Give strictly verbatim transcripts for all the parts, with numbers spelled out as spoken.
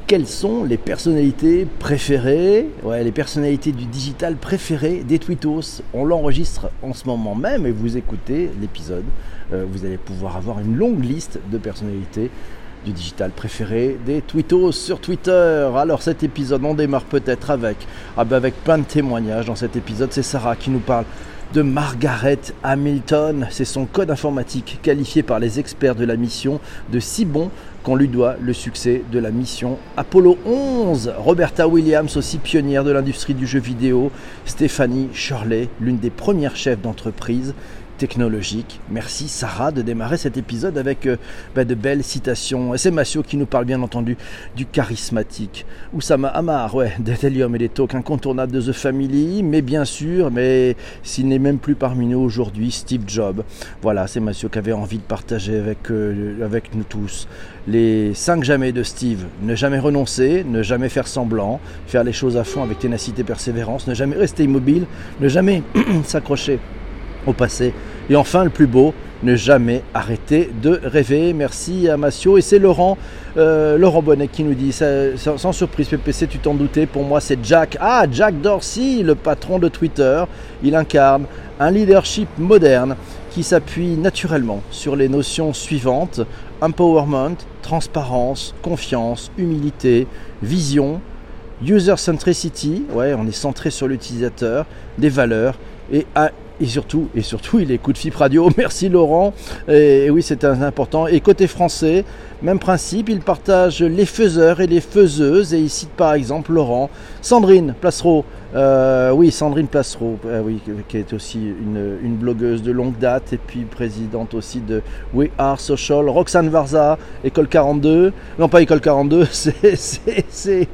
Quelles sont les personnalités préférées, ouais, les personnalités du digital préférées des Tweetos? On l'enregistre en ce moment même et vous écoutez l'épisode. Euh, vous allez pouvoir avoir une longue liste de personnalités du digital préféré des Tweetos sur Twitter. Alors cet épisode, on démarre peut-être avec, ah ben avec plein de témoignages. Dans cet épisode, c'est Sarah qui nous parle de Margaret Hamilton. C'est son code informatique qualifié par les experts de la mission de si bon qu'on lui doit le succès de la mission Apollo onze. Roberta Williams, aussi pionnière de l'industrie du jeu vidéo. Stéphanie Shirley, l'une des premières chefs d'entreprise technologique. Merci Sarah de démarrer cet épisode avec euh, bah, de belles citations. Et c'est Massio qui nous parle bien entendu du charismatique Oussama Ammar, ouais, d'Ethereum et des talks incontournables de The Family, mais bien sûr, mais s'il n'est même plus parmi nous aujourd'hui, Steve Jobs. Voilà, c'est Massio qui avait envie de partager avec, euh, avec nous tous les cinq jamais de Steve. Ne jamais renoncer, ne jamais faire semblant, faire les choses à fond avec ténacité et persévérance, ne jamais rester immobile, ne jamais s'accrocher au passé. Et enfin, le plus beau, ne jamais arrêter de rêver. Merci à Massio. Et c'est Laurent, euh, Laurent Bonnet qui nous dit, ça, sans, sans surprise, P P C, tu t'en doutais, pour moi c'est Jack. Ah, Jack Dorsey, le patron de Twitter. Il incarne un leadership moderne qui s'appuie naturellement sur les notions suivantes: empowerment, transparence, confiance, humilité, vision, user centricity, ouais, on est centré sur l'utilisateur, des valeurs, et à Et surtout, et surtout, il écoute F I P Radio. Merci Laurent. Et, et oui, c'est important. Et côté français, même principe, il partage les faiseurs et les faiseuses. Et il cite par exemple Laurent, Sandrine Placereau. Euh, oui, Sandrine Placereau, euh, oui, qui est aussi une, une blogueuse de longue date et puis présidente aussi de We Are Social. Roxane Varza, École quarante-deux. Non, pas École quarante-deux, c'est... c'est, c'est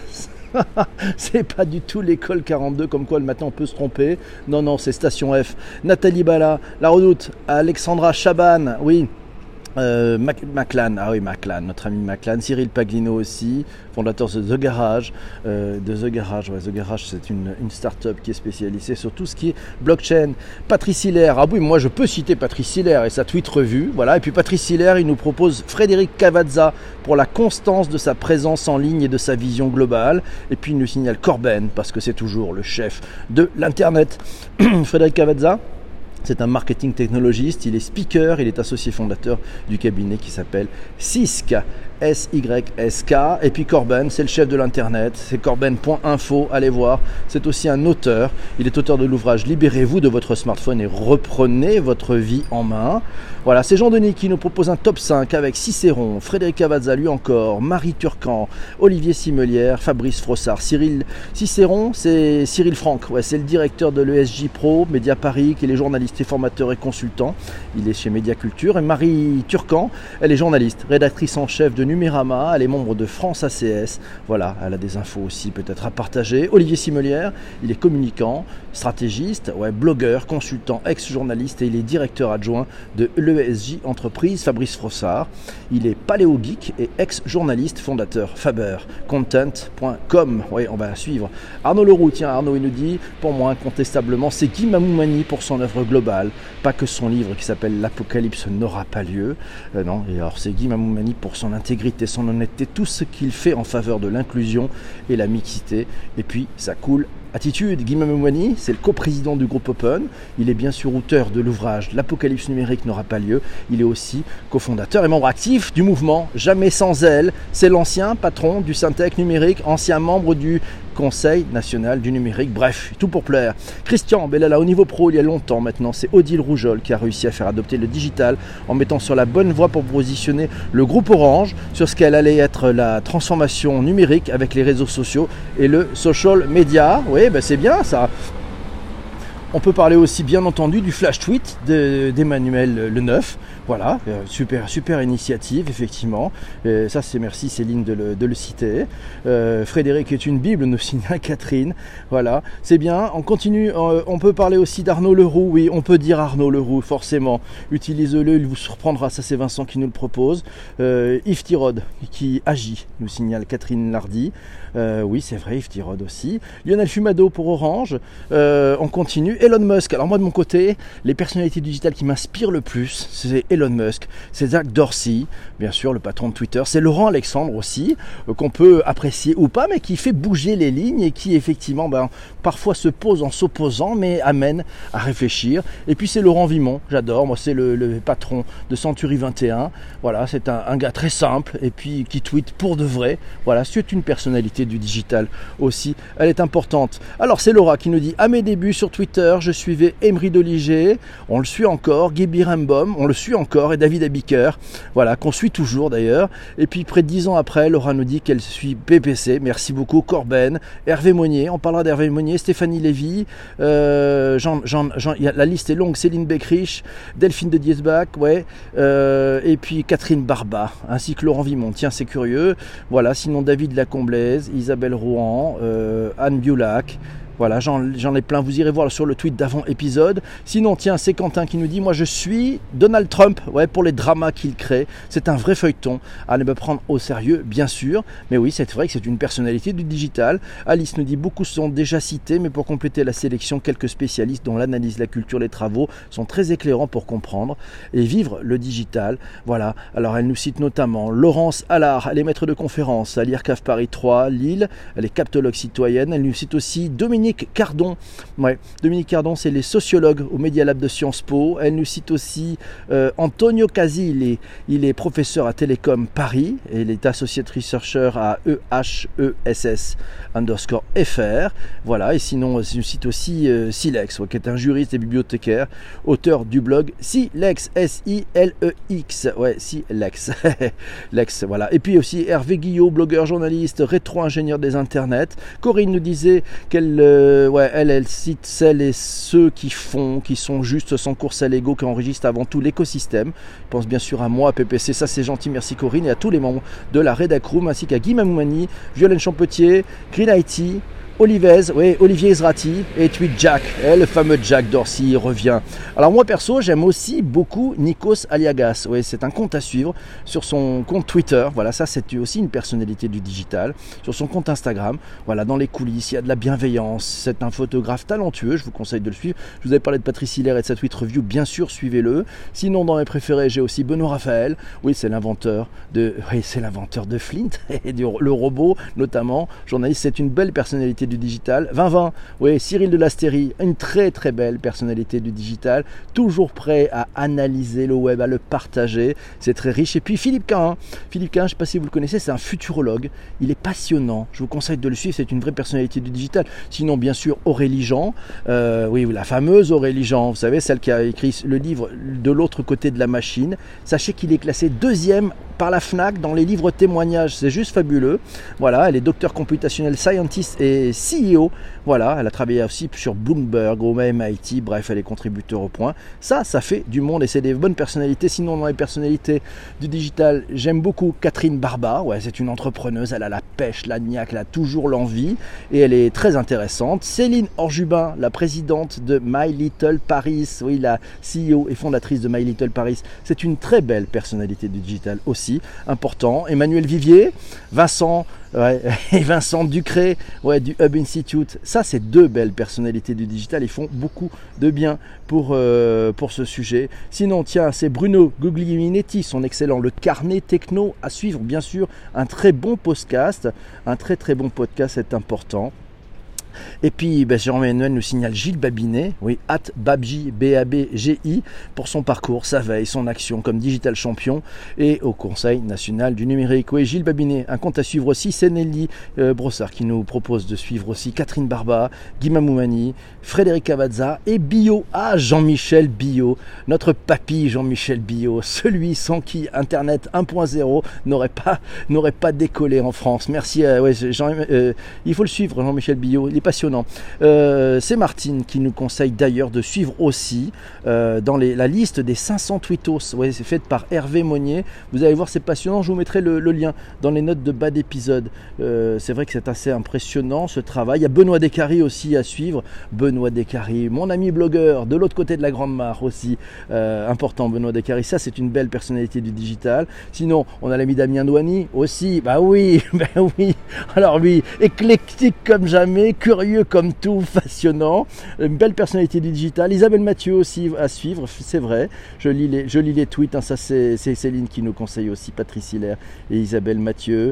c'est pas du tout l'école quarante-deux, comme quoi le matin on peut se tromper. Non, non, c'est Station F. Nathalie Bala, La Redoute, Alexandra Chaban, oui. Euh, Mac- Maclan, ah oui, Maclan, notre ami Maclan, Cyril Paglino aussi, fondateur de The Garage, euh, de The Garage, ouais, The Garage, c'est une, une start-up qui est spécialisée sur tout ce qui est blockchain. Patrice Hilaire, ah oui, moi je peux citer Patrice Hilaire et sa tweet revue, voilà. Et puis Patrice Hilaire, il nous propose Frédéric Cavazza pour la constance de sa présence en ligne et de sa vision globale. Et puis il nous signale Corben parce que c'est toujours le chef de l'internet. Frédéric Cavazza, c'est un marketing technologiste, il est speaker, il est associé fondateur du cabinet qui s'appelle Sysk, S Y S K. Et puis Corben, c'est le chef de l'internet, c'est corben point info, allez voir. C'est aussi un auteur, il est auteur de l'ouvrage Libérez-vous de votre smartphone et reprenez votre vie en main. Voilà, c'est Jean-Denis qui nous propose un top cinq avec Cicéron, Frédéric Cavazza, lui encore, Marie Turcan, Olivier Simelière, Fabrice Frossard. Cyril Cicéron, c'est Cyril Franck, ouais, c'est le directeur de l'E S J Pro, Média Paris, qui est journaliste et formateur et consultant. Il est chez Média Culture. Et Marie Turcan, elle est journaliste, rédactrice en chef de Numérama, elle est membre de France A C S. Voilà, elle a des infos aussi peut-être à partager. Olivier Simelière, il est communicant, stratégiste, ouais, blogueur, consultant, ex-journaliste et il est directeur adjoint de l'E S J Entreprise. Fabrice Frossard, il est paléo-geek et ex-journaliste, fondateur Faber Content point com. Oui, on va suivre. Arnaud Leroux, tiens, Arnaud, il nous dit, pour moi, incontestablement, c'est Guy Mamoumani pour son œuvre globale, pas que son livre qui s'appelle L'Apocalypse n'aura pas lieu. Euh, non, et alors c'est Guy Mamoumani pour son intégrité, son honnêteté, tout ce qu'il fait en faveur de l'inclusion et la mixité. Et puis, ça coule attitude. Guy Mamoumani, c'est le coprésident du groupe Open. Il est bien sûr auteur de l'ouvrage L'Apocalypse numérique n'aura pas lieu. Il est aussi cofondateur et membre actif du mouvement Jamais sans elle. C'est l'ancien patron du Syntec numérique, ancien membre du Conseil national du numérique. Bref, tout pour plaire. Christian Bellala, au niveau pro, il y a longtemps maintenant, c'est Odile Roujol qui a réussi à faire adopter le digital en mettant sur la bonne voie pour positionner le groupe Orange sur ce qu'elle allait être la transformation numérique avec les réseaux sociaux et le social media. Oui, ben c'est bien ça. On peut parler aussi bien entendu du flash tweet de, d'Emmanuel Le Neuf. Voilà, euh, super, super initiative, effectivement. Euh, ça, c'est merci Céline de le, de le citer. Euh, Frédéric est une Bible, nous signale Catherine. Voilà, c'est bien. On continue. Euh, on peut parler aussi d'Arnaud Leroux. Oui, on peut dire Arnaud Leroux, forcément. Utilisez-le, il vous surprendra. Ça, c'est Vincent qui nous le propose. Euh, Yves Tirode, qui agit, nous signale Catherine Lardy. Euh, oui, c'est vrai, Yves Tirode aussi. Lionel Fumado pour Orange. Euh, on continue. Elon Musk. Alors moi, de mon côté, les personnalités digitales qui m'inspirent le plus, c'est Elon Elon Musk, c'est Jack Dorsey, bien sûr le patron de Twitter, c'est Laurent Alexandre aussi, euh, qu'on peut apprécier ou pas, mais qui fait bouger les lignes et qui effectivement ben, parfois se pose en s'opposant, mais amène à réfléchir. Et puis c'est Laurent Vimon, j'adore, moi c'est le, le patron de Century vingt et un, voilà, c'est un, un gars très simple et puis qui tweet pour de vrai, voilà, c'est une personnalité du digital aussi, elle est importante. Alors c'est Laura qui nous dit, à mes débuts sur Twitter, je suivais Emery Doliger, on le suit encore, Guy Birnbaum, on le suit encore, et David Abiker, voilà, qu'on suit toujours d'ailleurs. Et puis près de dix ans après, Laura nous dit qu'elle suit P P C, merci beaucoup, Corben, Hervé Monnier, on parlera d'Hervé Monnier, Stéphanie Lévy, euh, Jean, Jean, Jean, la liste est longue, Céline Beckrich, Delphine de Diesbach, ouais, euh, et puis Catherine Barba, ainsi que Laurent Vimon, tiens c'est curieux, voilà, sinon David Lacomblaise, Isabelle Rouen, euh, Anne Biolac. Voilà, j'en, j'en ai plein, vous irez voir sur le tweet d'avant épisode. Sinon, tiens, c'est Quentin qui nous dit, moi je suis Donald Trump, ouais, pour les dramas qu'il crée. C'est un vrai feuilleton à ne pas prendre au sérieux, bien sûr. Mais oui, c'est vrai que c'est une personnalité du digital. Alice nous dit, beaucoup sont déjà cités, mais pour compléter la sélection, quelques spécialistes dont l'analyse, la culture, les travaux sont très éclairants pour comprendre et vivre le digital. Voilà, alors elle nous cite notamment Laurence Allard, elle est maître de conférence à l'I R C A F Paris trois, Lille. Elle est captologue citoyenne. Elle nous cite aussi Dominique Cardon, ouais, Dominique Cardon, c'est les sociologues au Media Lab de Sciences Po. Elle nous cite aussi euh, Antonio Casi, il est, il est professeur à Télécom Paris et il est associate researcher à E H E S S underscore F R. Voilà, et sinon, elle nous cite aussi euh, Silex, ouais, qui est un juriste et bibliothécaire, auteur du blog Silex, S I L E X, ouais, Silex, Lex, voilà. Et puis aussi Hervé Guillot, blogueur, journaliste, rétro-ingénieur des internets. Corinne nous disait qu'elle euh, Euh, ouais, elle, elle cite celles et ceux qui font, qui sont juste sans course à l'ego, qui enregistrent avant tout l'écosystème. Je pense bien sûr à moi, à P P C, ça c'est gentil, merci Corinne, et à tous les membres de la Redacroom, ainsi qu'à Guy Mamoumani, Violaine Champetier, Green I T, Olivez, oui, Olivier Ezrati et Tweet Jack, et le fameux Jack Dorsey revient. Alors moi perso, j'aime aussi beaucoup Nikos Aliagas. Oui, c'est un compte à suivre sur son compte Twitter. Voilà, ça c'est aussi une personnalité du digital. Sur son compte Instagram, voilà, dans les coulisses, il y a de la bienveillance. C'est un photographe talentueux, je vous conseille de le suivre. Je vous avais parlé de Patrice Hiller et de sa tweet review, bien sûr, suivez-le. Sinon, dans mes préférés, j'ai aussi Benoît Raphaël. Oui, c'est l'inventeur de, oui, c'est l'inventeur de Flint et du le robot, notamment journaliste. C'est une belle personnalité du digital. vingt vingt, oui, Cyril de Lastérie, une très très belle personnalité du digital, toujours prêt à analyser le web, à le partager, c'est très riche. Et puis Philippe Cahin, Philippe Cahin, je ne sais pas si vous le connaissez, c'est un futurologue, il est passionnant, je vous conseille de le suivre, c'est une vraie personnalité du digital. Sinon bien sûr Aurélie Jean, euh, oui, la fameuse Aurélie Jean, vous savez, celle qui a écrit le livre De l'autre côté de la machine. Sachez qu'il est classé deuxième par la FNAC dans les livres témoignages, c'est juste fabuleux. Voilà, elle est docteur computationnel scientist et C E O. Voilà, elle a travaillé aussi sur Bloomberg, au M I T, bref, elle est contributeur au point. Ça, ça fait du monde et c'est des bonnes personnalités. Sinon, dans les personnalités du digital, j'aime beaucoup Catherine Barba. Ouais, c'est une entrepreneuse, elle a la pêche, la niaque, elle a toujours l'envie et elle est très intéressante. Céline Orjubin, la présidente de My Little Paris, oui, la C E O et fondatrice de My Little Paris, c'est une très belle personnalité du digital aussi, important. Emmanuel Vivier, Vincent, ouais, et Vincent Ducré, ouais, du Hub Institute. Ça, c'est deux belles personnalités du digital. Ils font beaucoup de bien pour, euh, pour ce sujet. Sinon, tiens, c'est Bruno Guglielminetti, son excellent Le Carnet Techno à suivre, bien sûr. Un très bon podcast. Un très très bon podcast, c'est important. Et puis, ben, Jean-Emmanuel nous signale Gilles Babinet, oui, at Babji, B A B G I, pour son parcours, sa veille, son action comme digital champion et au Conseil national du numérique. Oui, Gilles Babinet, un compte à suivre aussi, c'est Nelly euh, Brossard qui nous propose de suivre aussi Catherine Barba, Guy Mamoumani, Frédéric Cavazza et Bio, ah, Jean-Michel Bio, notre papy Jean-Michel Bio, celui sans qui Internet un point zéro n'aurait pas, n'aurait pas décollé en France. Merci, euh, ouais, Jean, euh, il faut le suivre, Jean-Michel Bio, il est passionnant. Euh, c'est Martine qui nous conseille d'ailleurs de suivre aussi euh, dans les, la liste des cinq cents tweetos. Ouais, c'est fait par Hervé Monnier. Vous allez voir, c'est passionnant. Je vous mettrai le, le lien dans les notes de bas d'épisode. Euh, c'est vrai que c'est assez impressionnant ce travail. Il y a Benoît Descaries aussi à suivre. Benoît Descaries, mon ami blogueur de l'autre côté de la Grande Mare aussi. Euh, important, Benoît Descaries. Ça, c'est une belle personnalité du digital. Sinon, on a l'ami Damien Douani aussi. Bah oui, bah oui. Alors lui, éclectique comme jamais. curieux comme tout, passionnant, une belle personnalité du digital. Isabelle Mathieu aussi à suivre, c'est vrai. Je lis les, je lis les tweets, hein, ça c'est Céline qui nous conseille aussi, Patrice Hilaire et Isabelle Mathieu.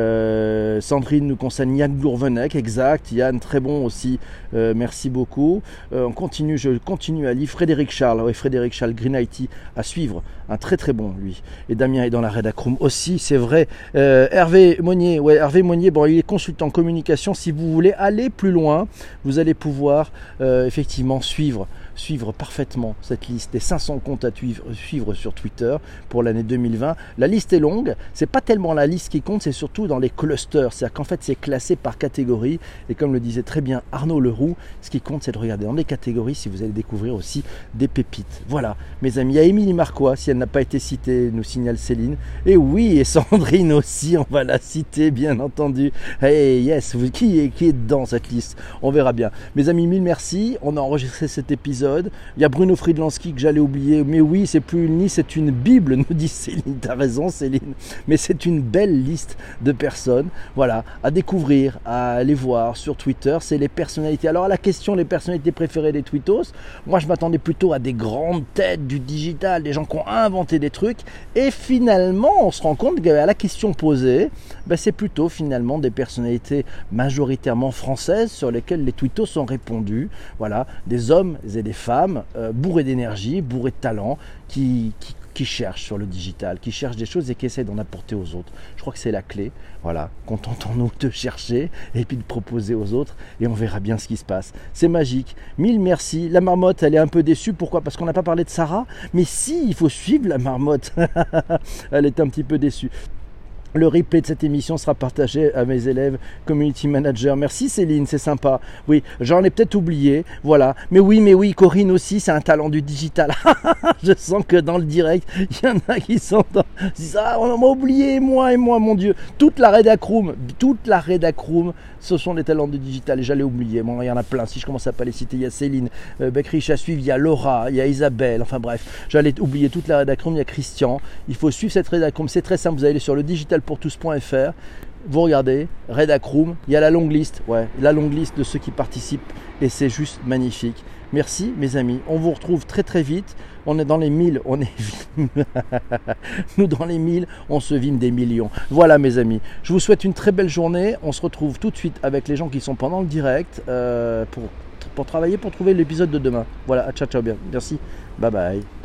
Euh, Sandrine nous conseille Yann Gourvenec, exact. Yann, très bon aussi, euh, merci beaucoup. Euh, on continue, je continue à lire. Frédéric Charles, ouais, Frédéric Charles, Green I T à suivre, un très très bon lui. Et Damien est dans la Redacroom aussi, c'est vrai. Euh, Hervé Monnier, ouais, Hervé Monnier, bon, il est consultant en communication. Si vous voulez aller plus loin, vous allez pouvoir euh, effectivement suivre, suivre parfaitement cette liste des cinq cents comptes à suivre, suivre sur Twitter pour l'année deux mille vingt. La liste est longue, c'est pas tellement la liste qui compte, c'est surtout dans les clusters, c'est-à-dire qu'en fait c'est classé par catégorie. Et comme le disait très bien Arnaud Leroux, ce qui compte c'est de regarder dans les catégories si vous allez découvrir aussi des pépites. Voilà, mes amis, il y a Émilie Marquois, si elle n'a pas été citée, nous signale Céline. Et oui, et Sandrine aussi, on va la citer, bien entendu. Hey, yes, vous, qui, est, qui est dans cette liste? On verra bien. Mes amis, mille merci. On a enregistré cet épisode. Il y a Bruno Friedlanski que j'allais oublier. Mais oui, c'est plus une liste, c'est une Bible, nous dit Céline. T'as raison, Céline. Mais c'est une belle liste de personnes. Voilà, à découvrir, à aller voir sur Twitter. C'est les personnalités. Alors, à la question, les personnalités préférées des tweetos, moi, je m'attendais plutôt à des grandes têtes du digital, des gens qui ont inventé des trucs. Et finalement, on se rend compte qu'à la question posée, ben, c'est plutôt finalement des personnalités majoritairement françaises sur lesquelles les tweetos ont répondu. Voilà, des hommes et des femmes euh, bourrés d'énergie, bourrés de talent, qui, qui, qui cherchent sur le digital, qui cherchent des choses et qui essaient d'en apporter aux autres. Je crois que c'est la clé. Voilà, contentons-nous de chercher et puis de proposer aux autres et on verra bien ce qui se passe. C'est magique. Mille merci. La marmotte, elle est un peu déçue. Pourquoi? Parce qu'on n'a pas parlé de Sarah. Mais si, il faut suivre la marmotte. Elle est un petit peu déçue. Le replay de cette émission sera partagé à mes élèves community managers. Merci Céline, c'est sympa. Oui, j'en ai peut-être oublié, voilà. Mais oui, mais oui, Corinne aussi, c'est un talent du digital. Je sens que dans le direct, il y en a qui sont dans... Ah, on m'a oublié, moi et moi, mon Dieu. Toute la Redacroom, toute la Redacroom, ce sont des talents du digital. Et j'allais oublier, bon, il y en a plein. Si je commence à pas les citer, il y a Céline euh, Beckrich à suivre, il y a Laura, il y a Isabelle, enfin bref. J'allais oublier toute la Redacroom, il y a Christian. Il faut suivre cette Redacroom, c'est très simple, vous allez aller sur le digital pour tous point f r, vous regardez, Redacroom, il y a la longue liste, ouais, la longue liste de ceux qui participent et c'est juste magnifique. Merci mes amis, on vous retrouve très très vite, on est dans les mille, on est nous dans les mille, on se vime des millions. Voilà mes amis, je vous souhaite une très belle journée, on se retrouve tout de suite avec les gens qui sont pendant le direct euh, pour, pour travailler, pour trouver l'épisode de demain. Voilà, ciao ciao bien, merci, bye bye.